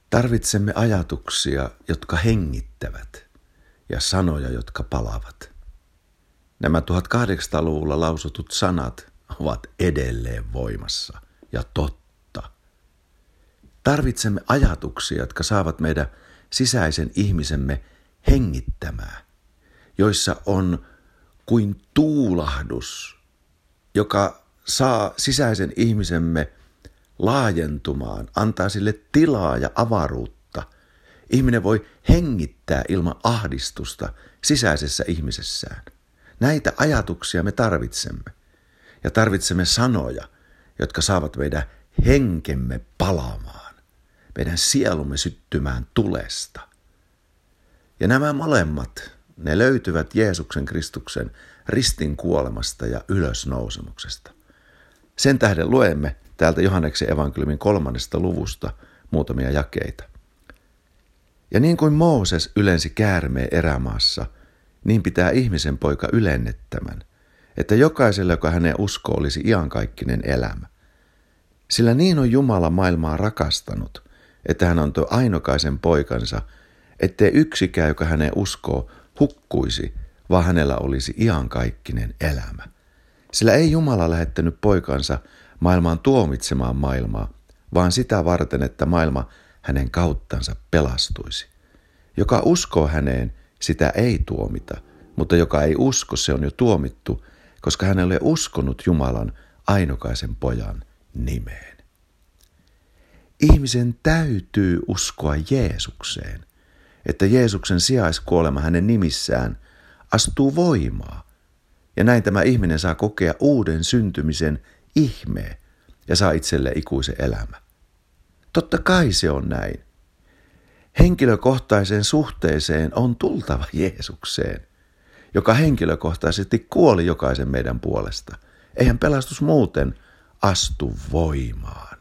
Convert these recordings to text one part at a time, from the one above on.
Tarvitsemme ajatuksia, jotka hengittävät, ja sanoja, jotka palavat. Nämä 1800-luvulla lausutut sanat ovat edelleen voimassa ja totta. Tarvitsemme ajatuksia, jotka saavat meidän sisäisen ihmisemme hengittämään, joissa on kuin tuulahdus, joka saa sisäisen ihmisemme laajentumaan, antaa sille tilaa ja avaruutta. Ihminen voi hengittää ilman ahdistusta sisäisessä ihmisessään. Näitä ajatuksia me tarvitsemme. Ja tarvitsemme sanoja, jotka saavat meidän henkemme palaamaan, meidän sielumme syttymään tulesta. Ja nämä molemmat, ne löytyvät Jeesuksen Kristuksen ristin kuolemasta ja ylösnousemuksesta. Sen tähden luemme täältä Johanneksen evankeliumin 3. luvusta muutamia jakeita. Ja niin kuin Mooses ylensi käärmeen erämaassa, niin pitää ihmisen poika ylennettämän, että jokaiselle, joka hänen uskoo, olisi iankaikkinen elämä. Sillä niin on Jumala maailmaa rakastanut, että hän antoi ainokaisen poikansa, ettei yksikään, joka hänen uskoo, hukkuisi, vaan hänellä olisi iankaikkinen elämä. Sillä ei Jumala lähettänyt poikansa maailmaan tuomitsemaan maailmaa, vaan sitä varten, että maailma hänen kauttansa pelastuisi. Joka uskoo häneen, sitä ei tuomita, mutta joka ei usko, se on jo tuomittu, koska hän ei ole uskonut Jumalan ainokaisen pojan nimeen. Ihmisen täytyy uskoa Jeesukseen, että Jeesuksen sijaiskuolema hänen nimissään astuu voimaan. Ja näin tämä ihminen saa kokea uuden syntymisen ihmeen ja saa itselle ikuisen elämä. Totta kai se on näin. Henkilökohtaiseen suhteeseen on tultava Jeesukseen, joka henkilökohtaisesti kuoli jokaisen meidän puolesta. Eihän pelastus muuten astu voimaan.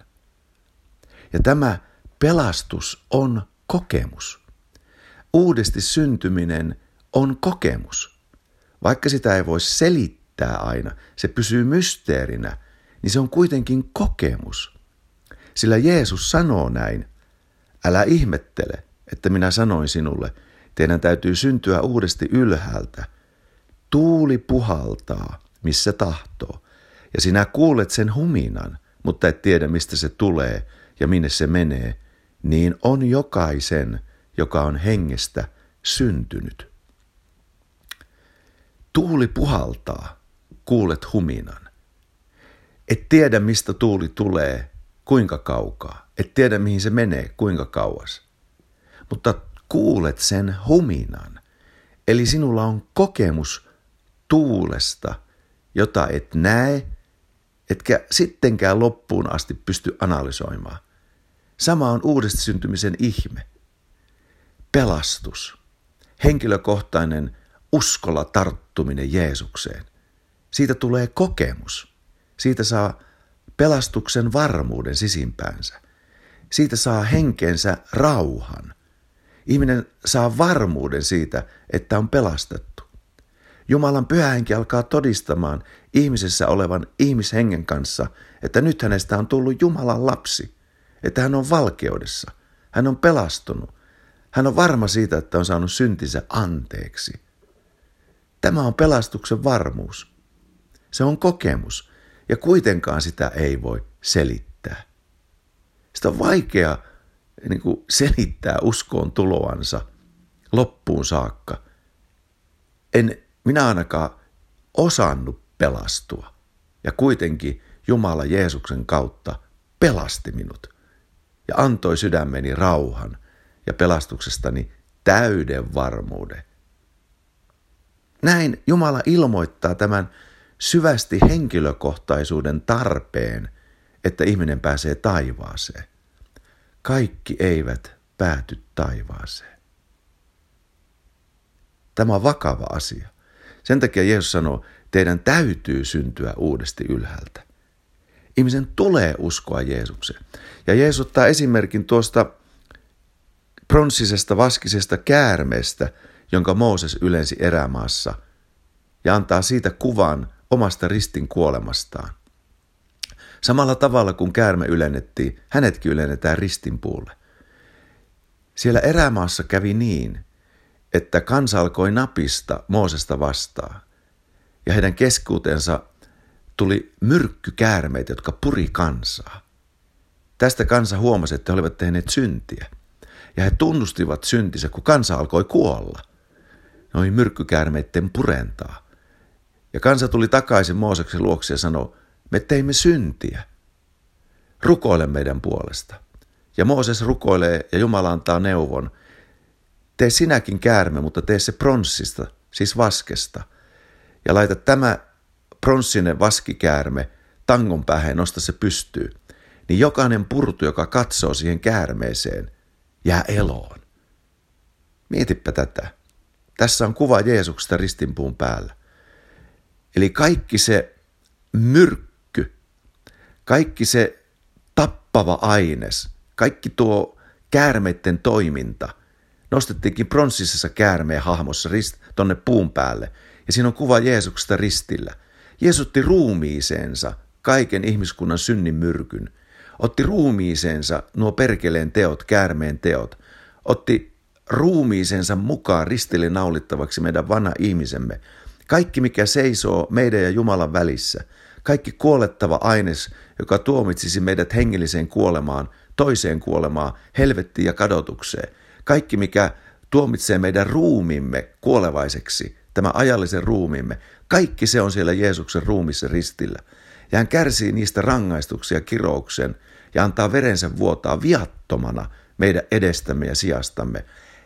Ja tämä pelastus on kokemus. Uudesti syntyminen on kokemus. Vaikka sitä ei voi selittää aina, se pysyy mysteerinä, niin se on kuitenkin kokemus. Sillä Jeesus sanoo näin, älä ihmettele, että minä sanoin sinulle, teidän täytyy syntyä uudesti ylhäältä. Tuuli puhaltaa, missä tahtoo, ja sinä kuulet sen huminan, mutta et tiedä, mistä se tulee ja minne se menee, niin on jokaisen, joka on hengestä syntynyt. Tuuli puhaltaa, kuulet huminan. Et tiedä, mistä tuuli tulee, kuinka kaukaa. Et tiedä, mihin se menee, kuinka kauas. Mutta kuulet sen huminan. Eli sinulla on kokemus tuulesta, jota et näe, etkä sittenkään loppuun asti pysty analysoimaan. Sama on uudesti syntymisen ihme. Pelastus. Henkilökohtainen uskolla tarttuminen Jeesukseen. Siitä tulee kokemus. Siitä saa pelastuksen varmuuden sisimpäänsä. Siitä saa henkensä rauhan. Ihminen saa varmuuden siitä, että on pelastettu. Jumalan pyhä henki alkaa todistamaan ihmisessä olevan ihmishengen kanssa, että nyt hänestä on tullut Jumalan lapsi, että hän on valkeudessa, hän on pelastunut, hän on varma siitä, että on saanut syntinsä anteeksi. Tämä on pelastuksen varmuus. Se on kokemus ja kuitenkaan sitä ei voi selittää. Sitä on vaikea selittää uskoon tuloansa loppuun saakka. En minä ainakaan osannut pelastua. Ja kuitenkin Jumala Jeesuksen kautta pelasti minut ja antoi sydämeni rauhan ja pelastuksestani täyden varmuuden. Näin Jumala ilmoittaa tämän syvästi henkilökohtaisuuden tarpeen, että ihminen pääsee taivaaseen. Kaikki eivät pääty taivaaseen. Tämä on vakava asia. Sen takia Jeesus sanoo, teidän täytyy syntyä uudesti ylhäältä. Ihmisen tulee uskoa Jeesukseen. Ja Jeesus ottaa esimerkin tuosta pronssisesta vaskisesta käärmeestä, jonka Mooses ylensi erämaassa, ja antaa siitä kuvan omasta ristin kuolemastaan. Samalla tavalla kuin käärme ylennettiin, hänetkin ylennetään ristinpuulle. Siellä erämaassa kävi niin, että kansa alkoi napista Moosesta vastaan. Ja heidän keskuutensa tuli myrkkykäärmeitä, jotka puri kansaa. Tästä kansa huomasi, että he olivat tehneet syntiä. Ja he tunnustivat syntinsä, kun kansa alkoi kuolla. Noin myrkkykäärmeiden purentaa. Ja kansa tuli takaisin Mooseksen luokse ja sanoi, me teimme syntiä. Rukoile meidän puolesta. Ja Mooses rukoilee ja Jumala antaa neuvon. Tee sinäkin käärme, mutta tee se pronssista, siis vaskesta. Ja laita tämä pronssinen vaskikäärme tangon päähän ja nosta se pystyy. Niin jokainen purtu, joka katsoo siihen käärmeeseen, jää eloon. Mietipä tätä. Tässä on kuva Jeesuksesta ristinpuun päällä. Eli kaikki se myrkky, kaikki se tappava aines, kaikki tuo käärmeiden toiminta nostettiinkin pronssisessa käärmeen hahmossa tonne puun päälle. Ja siinä on kuva Jeesuksesta ristillä. Jeesus otti ruumiiseensa kaiken ihmiskunnan synnin myrkyn. Otti ruumiiseensa nuo perkeleen teot, käärmeen teot. Otti ruumiisensa mukaan ristille naulittavaksi meidän vanha ihmisemme. Kaikki, mikä seisoo meidän ja Jumalan välissä. Kaikki kuolettava aines, joka tuomitsisi meidät hengelliseen kuolemaan, toiseen kuolemaan, helvettiin ja kadotukseen. Kaikki, mikä tuomitsee meidän ruumimme kuolevaiseksi, tämä ajallisen ruumimme, kaikki se on siellä Jeesuksen ruumissa ristillä. Ja hän kärsii niistä rangaistuksia kirouksen ja antaa verensä vuotaa viattomana meidän edestämme ja sijastamme.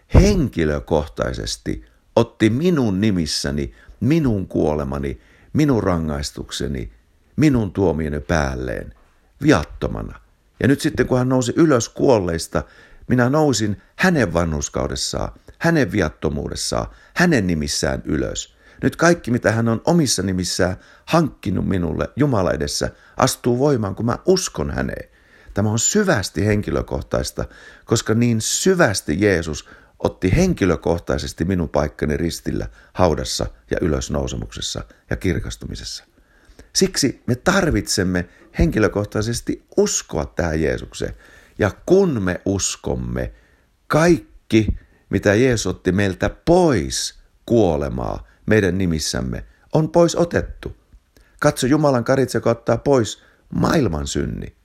Henkilökohtaisesti otti minun nimissäni, minun kuolemani, minun rangaistukseni, minun tuomioni päälleen viattomana. Ja nyt sitten kun hän nousi ylös kuolleista, minä nousin hänen vanhurskaudessaan, hänen viattomuudessaan, hänen nimissään ylös. Nyt kaikki, mitä hän on omissa nimissään hankkinut minulle Jumala edessä, astuu voimaan, kun mä uskon häneen. Tämä on syvästi henkilökohtaista, koska niin syvästi Jeesus otti henkilökohtaisesti minun paikkani ristillä, haudassa ja ylösnousemuksessa ja kirkastumisessa. Siksi me tarvitsemme henkilökohtaisesti uskoa tähän Jeesukseen. Ja kun me uskomme, kaikki, mitä Jeesus otti meiltä pois kuolemaa meidän nimissämme, on pois otettu. Katso Jumalan karitsa, joka ottaa pois maailman synni.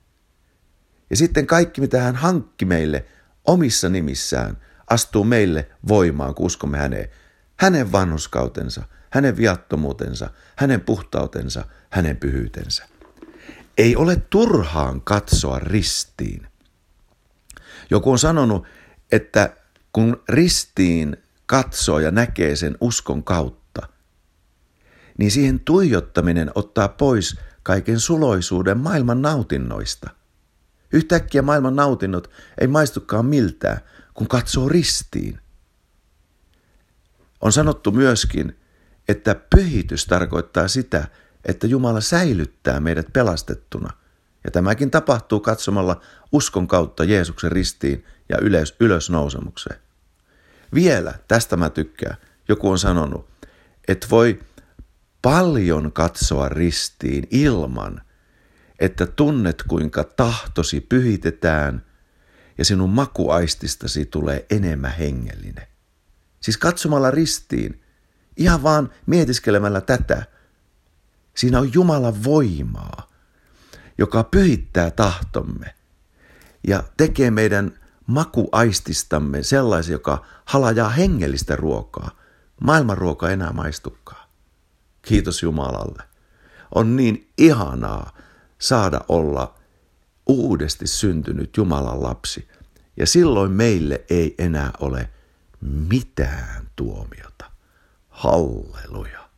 Ja sitten kaikki, mitä hän hankki meille omissa nimissään, astuu meille voimaan, kun uskomme häneen. Hänen vanhurskautensa, hänen viattomuutensa, hänen puhtautensa, hänen pyhyytensä. Ei ole turhaan katsoa ristiin. Joku on sanonut, että kun ristiin katsoo ja näkee sen uskon kautta, niin siihen tuijottaminen ottaa pois kaiken suloisuuden maailman nautinnoista. Yhtäkkiä maailman nautinnot ei maistukaan miltään, kun katsoo ristiin. On sanottu myöskin, että pyhitys tarkoittaa sitä, että Jumala säilyttää meidät pelastettuna. Ja tämäkin tapahtuu katsomalla uskon kautta Jeesuksen ristiin ja ylösnousemukseen. Vielä, tästä mä tykkään, joku on sanonut, että voi paljon katsoa ristiin ilman, että tunnet kuinka tahtosi pyhitetään ja sinun makuaististasi tulee enemmän hengellinen. Siis katsomalla ristiin, ihan vaan mietiskelemällä tätä, siinä on Jumalan voimaa, joka pyhittää tahtomme ja tekee meidän makuaististamme sellaisen, joka halajaa hengellistä ruokaa. Maailman ruoka ei enää maistukaan. Kiitos Jumalalle. On niin ihanaa saada olla uudesti syntynyt Jumalan lapsi. Ja silloin meille ei enää ole mitään tuomiota. Halleluja.